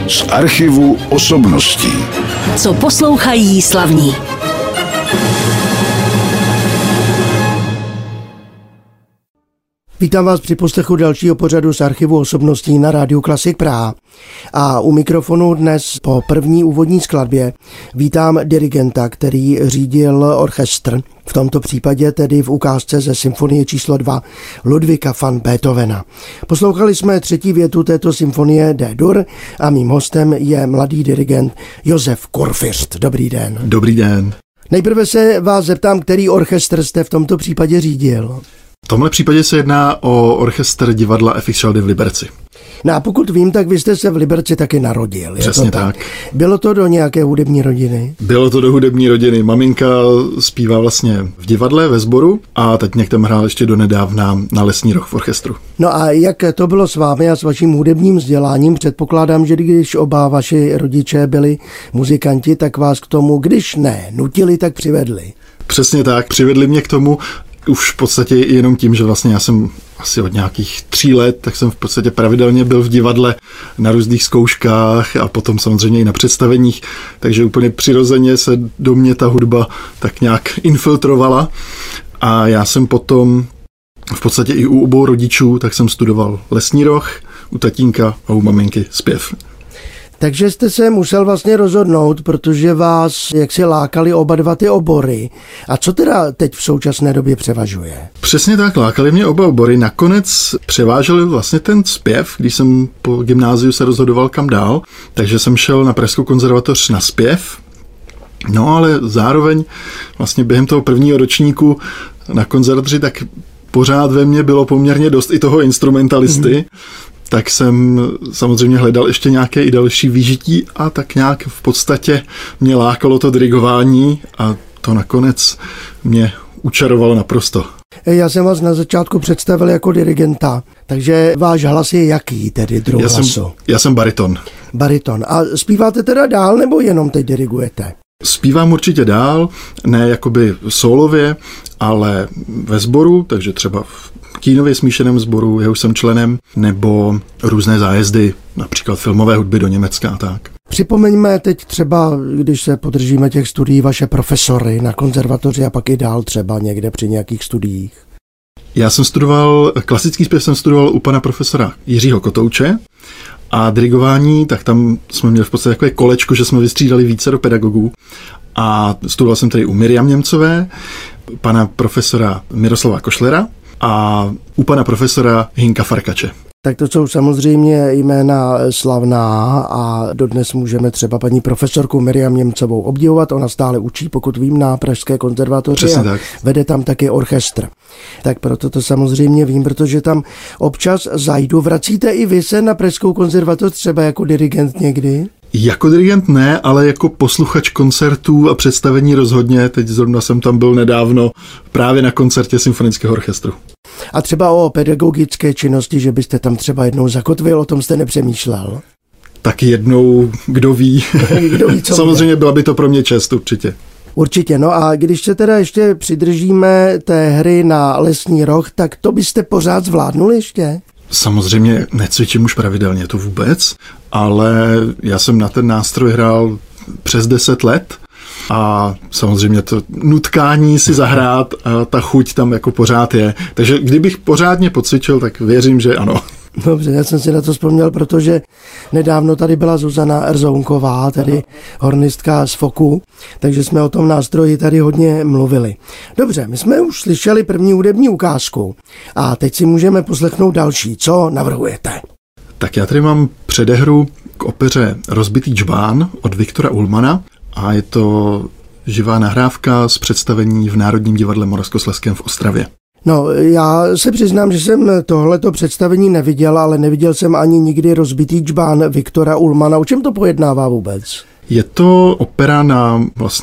z archivu osobností. Co poslouchají slavní. Vítám vás při poslechu dalšího pořadu z archivu osobností na Rádiu Klasik Praha. A u mikrofonu dnes po první úvodní skladbě vítám dirigenta, který řídil orchestr, v tomto případě tedy v ukázce ze symfonie číslo 2 Ludvíka van Beethovena. Poslouchali jsme třetí větu této symfonie D-dur a mým hostem je mladý dirigent Josef Kurfiřt. Dobrý den. Dobrý den. Nejprve se vás zeptám, který orchestr jste v tomto případě řídil? V tomhle případě se jedná o orchestr divadla FX Šaldy v Liberci. No a pokud vím, tak vy jste se v Liberci taky narodil. Přesně tak. Bylo to do nějaké hudební rodiny? Bylo to do hudební rodiny. Maminka zpívá vlastně v divadle, ve sboru a tatínek tam hrál ještě donedávna na Lesní roh v orchestru. No a jak to bylo s vámi a s vaším hudebním vzděláním? Předpokládám, že když oba vaši rodiče byli muzikanti, tak vás k tomu, když ne nutili, tak přivedli. Přesně tak, přivedli mě k tomu. Už v podstatě jenom tím, že vlastně já jsem asi od nějakých 3 let, tak jsem v podstatě pravidelně byl v divadle na různých zkouškách a potom samozřejmě i na představeních, takže úplně přirozeně se do mě ta hudba tak nějak infiltrovala a já jsem potom v podstatě i u obou rodičů, tak jsem studoval Lesní roh, u tatínka a u maminky zpěv. Takže jste se musel vlastně rozhodnout, protože vás jaksi lákali oba dva ty obory. A co teda teď v současné době převažuje? Přesně tak, lákali mě oba obory. Nakonec převážel vlastně ten zpěv, když jsem po gymnáziu se rozhodoval kam dál, takže jsem šel na Pražskou konzervatoř na zpěv. No ale zároveň vlastně během toho prvního ročníku na konzervatoři tak pořád ve mně bylo poměrně dost i toho instrumentalisty. Tak jsem samozřejmě hledal ještě nějaké i další výžití a tak nějak v podstatě mě lákalo to dirigování a to nakonec mě učarovalo naprosto. Já jsem vás na začátku představil jako dirigenta, takže váš hlas je jaký tedy druh hlasu? Já jsem bariton. Bariton. A zpíváte teda dál nebo jenom teď dirigujete? Zpívám určitě dál, ne jakoby sólově, ale ve sboru, takže třeba v kínově smíšeném sboru, jehož jsem členem, nebo různé zájezdy, například filmové hudby do Německa a tak. Připomeňme teď třeba, když se podržíme těch studií, vaše profesory na konzervatoři a pak i dál třeba někde při nějakých studiích. Já jsem studoval, klasický zpěv jsem studoval u pana profesora Jiřího Kotouče a dirigování, tak tam jsme měli v podstatě takové kolečko, že jsme vystřídali více do pedagogů a studoval jsem tady u Miriam Němcové, pana profesora Miroslava Košlera a u pana profesora Hinka Farkače. Tak to jsou samozřejmě jména slavná a dodnes můžeme třeba paní profesorku Miriam Němcovou obdivovat. Ona stále učí, pokud vím, na Pražské konzervatoři a vede tam taky orchestr. Tak proto to samozřejmě vím, protože tam občas zajdu. Vracíte i vy se na Pražskou konzervatoř třeba jako dirigent někdy? Jako dirigent ne, ale jako posluchač koncertů a představení rozhodně. Teď zrovna jsem tam byl nedávno právě na koncertě symfonického orchestru. A třeba o pedagogické činnosti, že byste tam třeba jednou zakotvil, o tom jste nepřemýšlel? Tak jednou, kdo ví. Samozřejmě byla by to pro mě čest, určitě. Určitě, no a když se teda ještě přidržíme té hry na Lesní roh, tak to byste pořád zvládnul ještě? Samozřejmě necvičím už pravidelně, to vůbec, ale já jsem na ten nástroj hrál přes 10 let a samozřejmě to nutkání si zahrát a ta chuť tam jako pořád je. Takže kdybych pořádně pocvičil, tak věřím, že ano. Dobře, já jsem si na to vzpomněl, protože nedávno tady byla Zuzana Erzounková, tedy hornistka z Foku, takže jsme o tom nástroji tady hodně mluvili. Dobře, my jsme už slyšeli první hudební ukázku a teď si můžeme poslechnout další. Co navrhujete? Tak já tady mám předehru k opeře Rozbitý džbán od Viktora Ullmanna a je to živá nahrávka z představení v Národním divadle Moravskoslezském v Ostravě. No, já se přiznám, že jsem tohleto představení neviděl, ale neviděl jsem ani nikdy Rozbitý džbán Viktora Ullmanna. O čem to pojednává vůbec? Je to opera na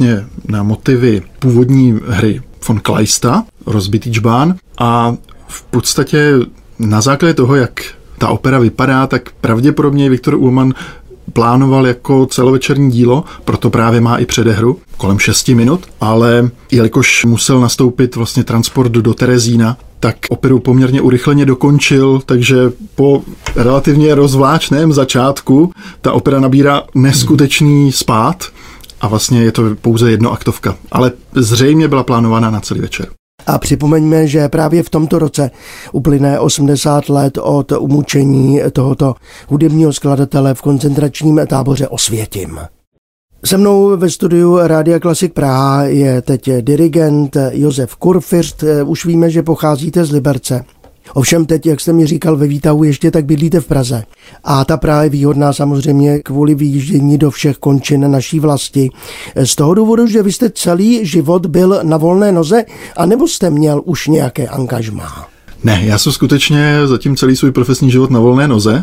motivy původní hry von Kleista, Rozbitý džbán, a v podstatě na základě toho, jak ta opera vypadá, tak pravděpodobně Viktor Ullmann plánoval jako celovečerní dílo, proto právě má i předehru, kolem 6 minut, ale jelikož musel nastoupit vlastně transport do Terezína, tak operu poměrně urychleně dokončil, takže po relativně rozvláčném začátku ta opera nabírá neskutečný spád a vlastně je to pouze jednoaktovka, ale zřejmě byla plánována na celý večer. A připomeňme, že právě v tomto roce uplyne 80 let od umučení tohoto hudebního skladatele v koncentračním táboře Osvětim. Se mnou ve studiu Rádia Klasik Praha je teď dirigent Josef Kurfiřt. Už víme, že pocházíte z Liberce. Ovšem teď, jak jste mi říkal ve výtahu, ještě tak bydlíte v Praze. A ta Praha je výhodná samozřejmě kvůli vyjíždění do všech končin naší vlasti. Z toho důvodu, že vy jste celý život byl na volné noze, anebo jste měl už nějaké angažmá? Ne, já jsem skutečně zatím celý svůj profesní život na volné noze,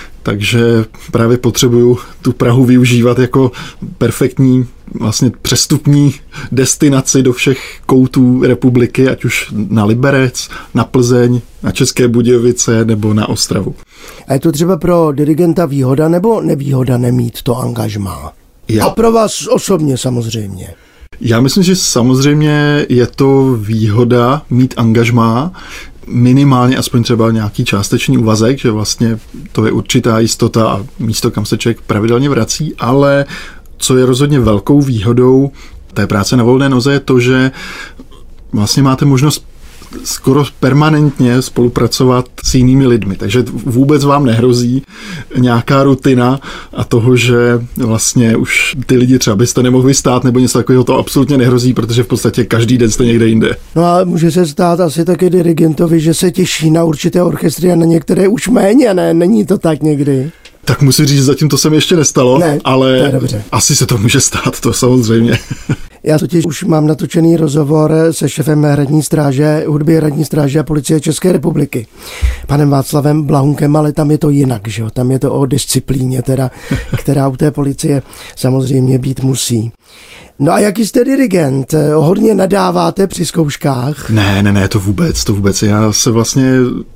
takže právě potřebuju tu Prahu využívat jako perfektní vlastně přestupní destinaci do všech koutů republiky, ať už na Liberec, na Plzeň, na České Budějovice nebo na Ostravu. A je to třeba pro dirigenta výhoda nebo nevýhoda nemít to angažmá? A pro vás osobně samozřejmě. Já myslím, že samozřejmě je to výhoda mít angažmá, minimálně aspoň třeba nějaký částečný úvazek, že vlastně to je určitá jistota a místo, kam se člověk pravidelně vrací, ale co je rozhodně velkou výhodou té práce na volné noze je to, že vlastně máte možnost skoro permanentně spolupracovat s jinými lidmi, takže vůbec vám nehrozí nějaká rutina a toho, že vlastně už ty lidi třeba byste nemohli stát nebo něco takového, to absolutně nehrozí, protože v podstatě každý den jste někde jinde. No a může se stát asi taky dirigentovi, že se těší na určité orchestry a na některé už méně, ne? Není to tak někdy? Tak musím říct, že zatím to se mi ještě nestalo, ne, ale asi se to může stát, to samozřejmě. Já totiž už mám natočený rozhovor se šefem hradní stráže, hudby hradní stráže a policie České republiky, panem Václavem Blahunkem, ale tam je to jinak, že jo? Tam je to o disciplíně, teda, která u té policie samozřejmě být musí. No a jaký jste dirigent? Hodně nadáváte při zkouškách? Ne, to vůbec. Já se vlastně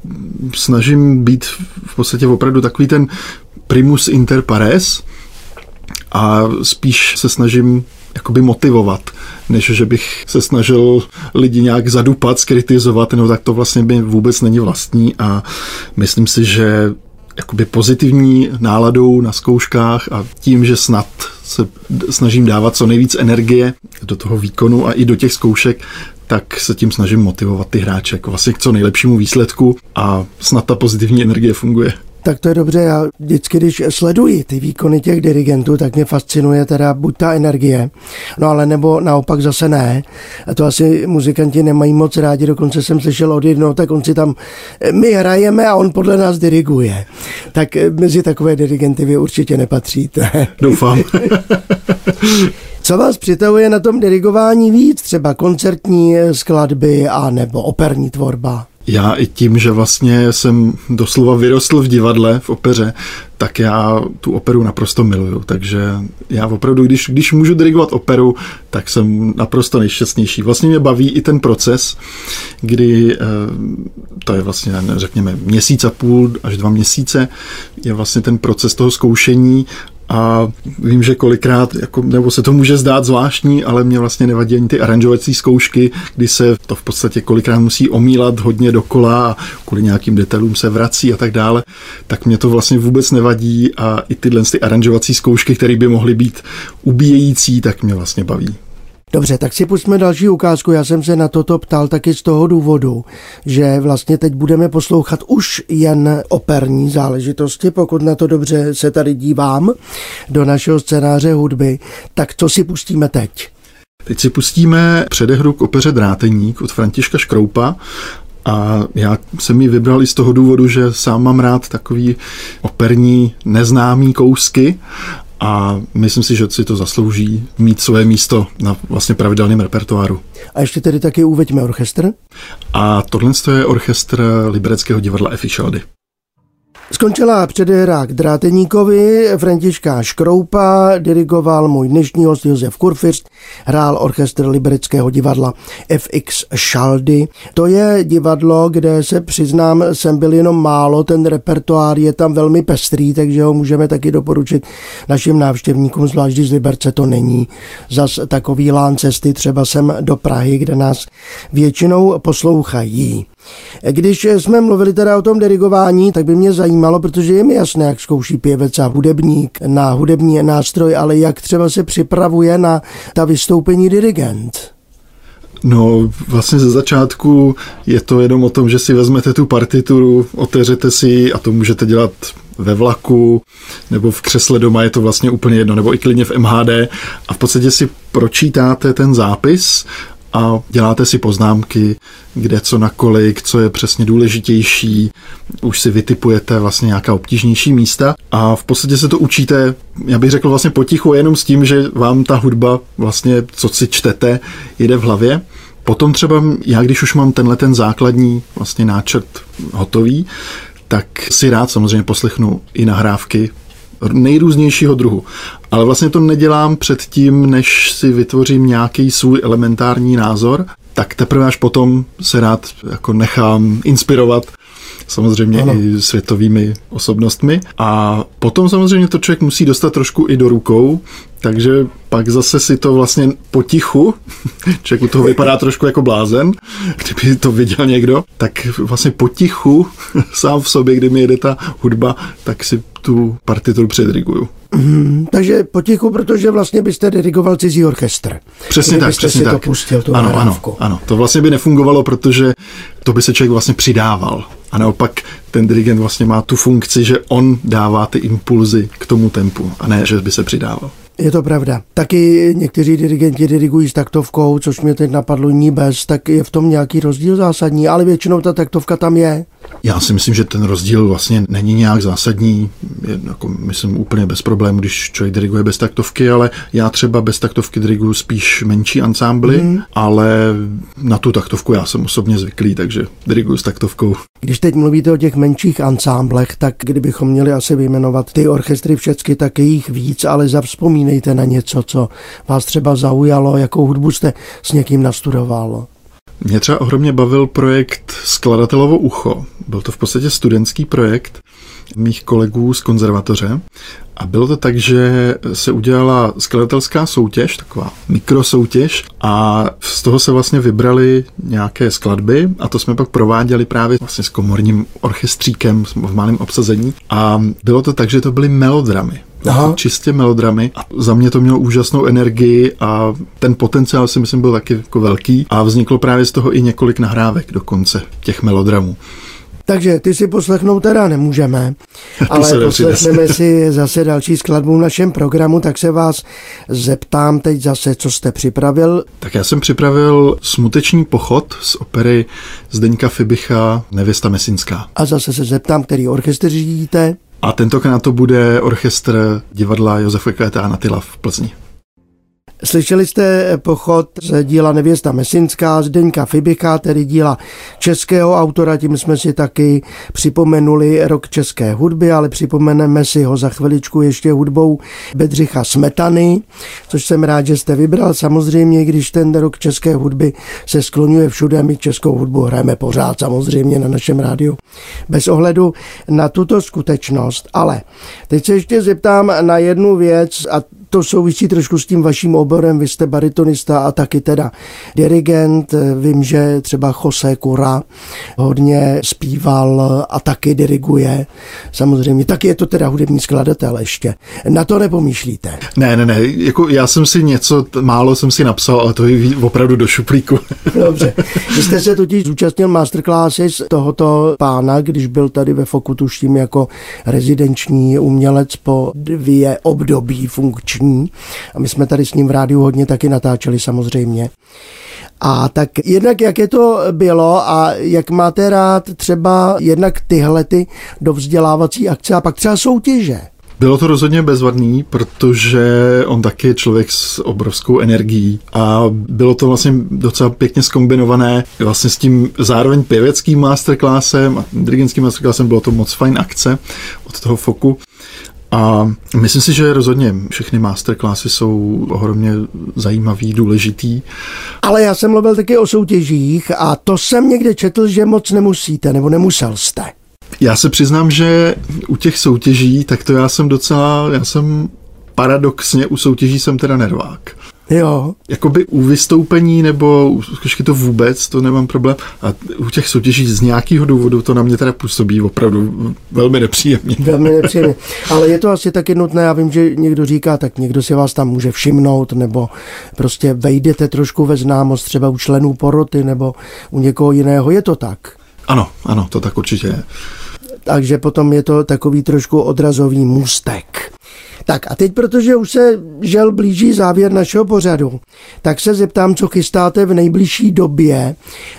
snažím být v podstatě opravdu takový ten primus inter pares a spíš se snažím jakoby motivovat, než že bych se snažil lidi nějak zadupat, skritizovat, no tak to vlastně by vůbec není vlastní a myslím si, že jakoby pozitivní náladou na zkouškách a tím, že snad se snažím dávat co nejvíc energie do toho výkonu a i do těch zkoušek, tak se tím snažím motivovat ty hráče jako vlastně k co nejlepšímu výsledku a snad ta pozitivní energie funguje. Tak to je dobře, já vždycky, když sleduji ty výkony těch dirigentů, tak mě fascinuje teda buď ta energie, no ale nebo naopak zase ne. A to asi muzikanti nemají moc rádi, dokonce jsem slyšel od jednoho, tak on si tam, my hrajeme a on podle nás diriguje. Tak mezi takové dirigenty vy určitě nepatříte. Doufám. Co vás přitahuje na tom dirigování víc, třeba koncertní skladby a nebo operní tvorba? Já i tím, že vlastně jsem doslova vyrostl v divadle, v opeře, tak já tu operu naprosto miluju. Takže já opravdu, když můžu dirigovat operu, tak jsem naprosto nejšťastnější. Vlastně mě baví i ten proces, kdy to je vlastně, řekněme, měsíc a půl až 2 měsíce, je vlastně ten proces toho zkoušení. A vím, že kolikrát, nebo se to může zdát zvláštní, ale mě vlastně nevadí ani ty aranžovací zkoušky, kdy se to v podstatě kolikrát musí omílat hodně dokola a kvůli nějakým detailům se vrací a tak dále, tak mě to vlastně vůbec nevadí a i tyhle aranžovací zkoušky, které by mohly být ubíjející, tak mě vlastně baví. Dobře, tak si pustíme další ukázku. Já jsem se na toto ptal taky z toho důvodu, že vlastně teď budeme poslouchat už jen operní záležitosti, pokud na to dobře se tady dívám do našeho scénáře hudby. Tak co si pustíme teď? Teď si pustíme předehru k opeře Dráteník od Františka Škroupa. A já jsem ji vybral i z toho důvodu, že sám mám rád takový operní neznámý kousky a myslím si, že si to zaslouží mít své místo na vlastně pravidelném repertoáru. A ještě tedy taky uveďme orchestr? A tohle je orchestr Libereckého divadla F. Šaldy. Skončila předehra k Dráteníkovi, Františka Škroupa, dirigoval můj dnešní host Josef Kurfiřt. hrál orchestr Libereckého divadla FX Šaldy. To je divadlo, kde se přiznám, jsem byl jenom málo, ten repertoár je tam velmi pestrý, takže ho můžeme taky doporučit našim návštěvníkům, zvlášť když z Liberce to není zas takový lán cesty třeba sem do Prahy, kde nás většinou poslouchají. Když jsme mluvili teda o tom dirigování, tak by mě zajímalo, protože je mi jasné, jak zkouší pěvec a hudebník na hudební nástroj, ale jak třeba se připravuje na ta vystoupení dirigent? No, vlastně ze začátku je to jenom o tom, že si vezmete tu partituru, otevřete si ji a to můžete dělat ve vlaku nebo v křesle doma, je to vlastně úplně jedno, nebo i klidně v MHD a v podstatě si pročítáte ten zápis a děláte si poznámky, kde co na kolik, co je přesně důležitější, už si vytipujete vlastně nějaká obtížnější místa a v podstatě se to učíte, já bych řekl vlastně potichu, jenom s tím, že vám ta hudba vlastně, co si čtete, jede v hlavě. Potom třeba já, když už mám ten základní vlastně náčrt hotový, tak si rád samozřejmě poslechnu i nahrávky nejrůznějšího druhu. Ale vlastně to nedělám předtím, než si vytvořím nějaký svůj elementární názor, tak teprve až potom se rád jako nechám inspirovat samozřejmě i světovými osobnostmi. A potom samozřejmě to člověk musí dostat trošku i do rukou, takže pak zase si to vlastně potichu, člověk u toho vypadá trošku jako blázen, kdyby to viděl někdo, tak vlastně potichu sám v sobě, kdy mi jede ta hudba, tak si tu partituru přediriguju. Takže potichu, protože vlastně byste dirigoval cizí orchestr. Přesně tak, přesně tak. To pustil, tu ano, to vlastně by nefungovalo, protože to by se člověk vlastně přidával. A naopak ten dirigent vlastně má tu funkci, že on dává ty impulzy k tomu tempu, a ne, že by se přidával. Je to pravda. Taky někteří dirigenti dirigují s taktovkou, což mě teď napadlo ní bez, tak je v tom nějaký rozdíl zásadní, ale většinou ta taktovka tam je. Já si myslím, že ten rozdíl vlastně není nějak zásadní, je, jako, myslím úplně bez problému, když člověk diriguje bez taktovky, ale já třeba bez taktovky diriguju spíš menší ansámbly, ale na tu taktovku já jsem osobně zvyklý, takže diriguju s taktovkou. Když teď mluvíte o těch menších ansámblech, tak kdybychom měli asi vyjmenovat ty orchestry všechny, tak je jich víc, ale zavzpomínejte na něco, co vás třeba zaujalo, jakou hudbu jste s někým nastudoval. Mě třeba ohromně bavil projekt Skladatelovo ucho. Byl to v podstatě studentský projekt mých kolegů z konzervatoře a bylo to tak, že se udělala skladatelská soutěž, taková mikrosoutěž a z toho se vlastně vybrali nějaké skladby a to jsme pak prováděli právě vlastně s komorním orchestříkem v malém obsazení a bylo to tak, že to byly melodramy. Čistě melodramy a za mě to mělo úžasnou energii a ten potenciál si myslím byl taky jako velký a vzniklo právě z toho i několik nahrávek dokonce těch melodramů. Takže ty si poslechnout teda nemůžeme, ale poslechneme si zase další skladbu v našem programu, tak se vás zeptám teď zase, co jste připravil. Tak já jsem připravil Smuteční pochod z opery Zdeňka Fibicha Nevěsta Mesinská. A zase se zeptám, který orchestr řídíte? A tentokrát to bude orchestr divadla Josefa Kajetána Tyla v Plzni. Slyšeli jste pochod z díla Nevěsta Mesinská, Zdeňka Fibicha, tedy díla českého autora, tím jsme si taky připomenuli rok české hudby, ale připomeneme si ho za chviličku ještě hudbou Bedřicha Smetany, což jsem rád, že jste vybral. Samozřejmě, když ten rok české hudby se skloňuje všude, my českou hudbu hrajeme pořád samozřejmě na našem rádiu, bez ohledu na tuto skutečnost. Ale teď se ještě zeptám na jednu věc a to souvisí trošku s tím vaším oborem, vy jste baritonista a taky teda dirigent. Vím, že třeba José Cura hodně zpíval a taky diriguje. Samozřejmě, taky je to teda hudební skladatel ještě. Na to nepomýšlíte? Ne, jako já jsem si málo jsem si napsal, ale to je opravdu do šuplíku. Dobře. Vy jste se totiž zúčastnil masterclasses tohoto pána, když byl tady ve Foku, tuším, jako rezidenční umělec po 2 období funkční. A my jsme tady s ním v rádiu hodně taky natáčeli samozřejmě. A tak jednak jak je to bylo a jak máte rád třeba jednak tyhle dovzdělávací akce a pak třeba soutěže? Bylo to rozhodně bezvadný, protože on taky je člověk s obrovskou energií a bylo to vlastně docela pěkně zkombinované vlastně s tím zároveň pěveckým masterclassem a dirigentským masterclassem, bylo to moc fajn akce od toho Foku. A myslím si, že rozhodně všechny masterclassy jsou ohromně zajímavý, důležitý. Ale já jsem mluvil taky o soutěžích a to jsem někde četl, že moc nemusíte, nebo nemusel jste. Já se přiznám, že u těch soutěží, tak to já jsem paradoxně u soutěží jsem teda nervák. Jo. Jakoby u vystoupení nebo u zkoušky to vůbec, to nemám problém. A u těch soutěží z nějakého důvodu to na mě teda působí opravdu velmi nepříjemně. Velmi nepříjemně. Ale je to asi taky nutné, já vím, že někdo říká, tak někdo si vás tam může všimnout, nebo prostě vejdete trošku ve známost třeba u členů poroty nebo u někoho jiného. Je to tak? Ano, to tak určitě je. Takže potom je to takový trošku odrazový můstek. Tak a teď, protože už se žel blíží závěr našeho pořadu, tak se zeptám, co chystáte v nejbližší době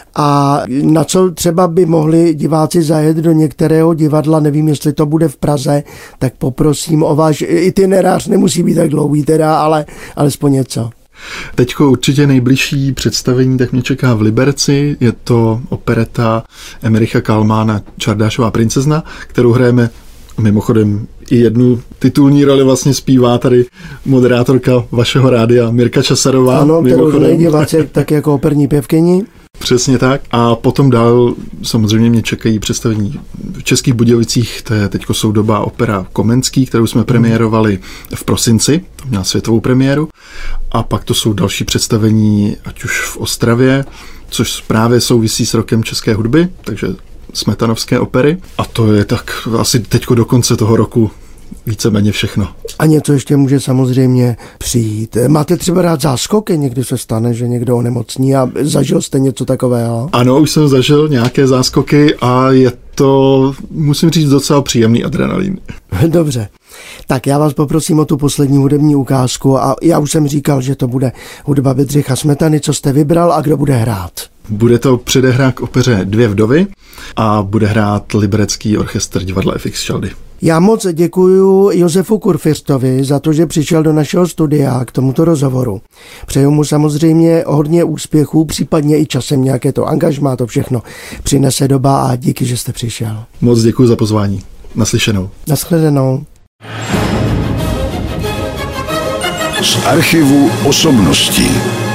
a na co třeba by mohli diváci zajet do některého divadla, nevím, jestli to bude v Praze, tak poprosím o váš itinerář, nemusí být tak dlouhý teda, ale alespoň něco. Teďko určitě nejbližší představení tak mě čeká v Liberci, je to opereta Emericha Kalmána Čardášová princezna, kterou hrajeme mimochodem i jednu titulní roli vlastně zpívá tady moderátorka vašeho rádia Mirka Časarová. Ano, kterou nejdiváci tak jako operní pěvkyni. Přesně tak. A potom dál samozřejmě mě čekají představení v Českých Budějovicích, to je teďko soudobá opera Komenský, kterou jsme premiérovali v prosinci, to měla světovou premiéru. A pak to jsou další představení, ať už v Ostravě, což právě souvisí s rokem české hudby, takže smetanovské opery. A to je tak asi teďko do konce toho roku víceméně všechno. A něco ještě může samozřejmě přijít. Máte třeba rád záskoky? Někdy se stane, že někdo onemocní a zažil jste něco takového? Ano, už jsem zažil nějaké záskoky a je to, musím říct, docela příjemný adrenalin. Dobře. Tak já vás poprosím o tu poslední hudební ukázku a já už jsem říkal, že to bude hudba Bedřicha Smetany. Co jste vybral a kdo bude hrát? Bude to předehra k opeře Dvě vdovy a bude hrát Liberecký orchestr divadla FX Šaldy. Já moc děkuju Josefu Kurfiřtovi za to, že přišel do našeho studia k tomuto rozhovoru. Přeju mu samozřejmě hodně úspěchů, případně i časem nějaké to angažmá, to všechno přinese doba a díky, že jste přišel. Moc děkuji za pozvání. Naslyšenou. Nashledanou. Z archivu osobností.